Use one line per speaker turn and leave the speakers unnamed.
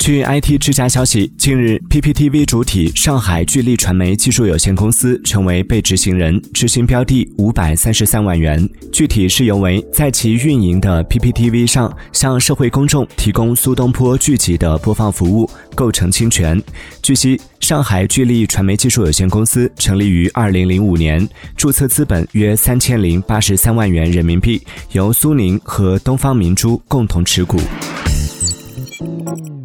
据 IT 之家消息，近日 PPTV 主体上海聚力传媒技术有限公司成为被执行人，执行标的533万元。具体事由为在其运营的 PPTV 上向社会公众提供苏东坡剧集的播放服务，构成侵权。据悉，上海聚力传媒技术有限公司成立于2005年，注册资本约3083万元人民币，由苏宁和东方明珠共同持股。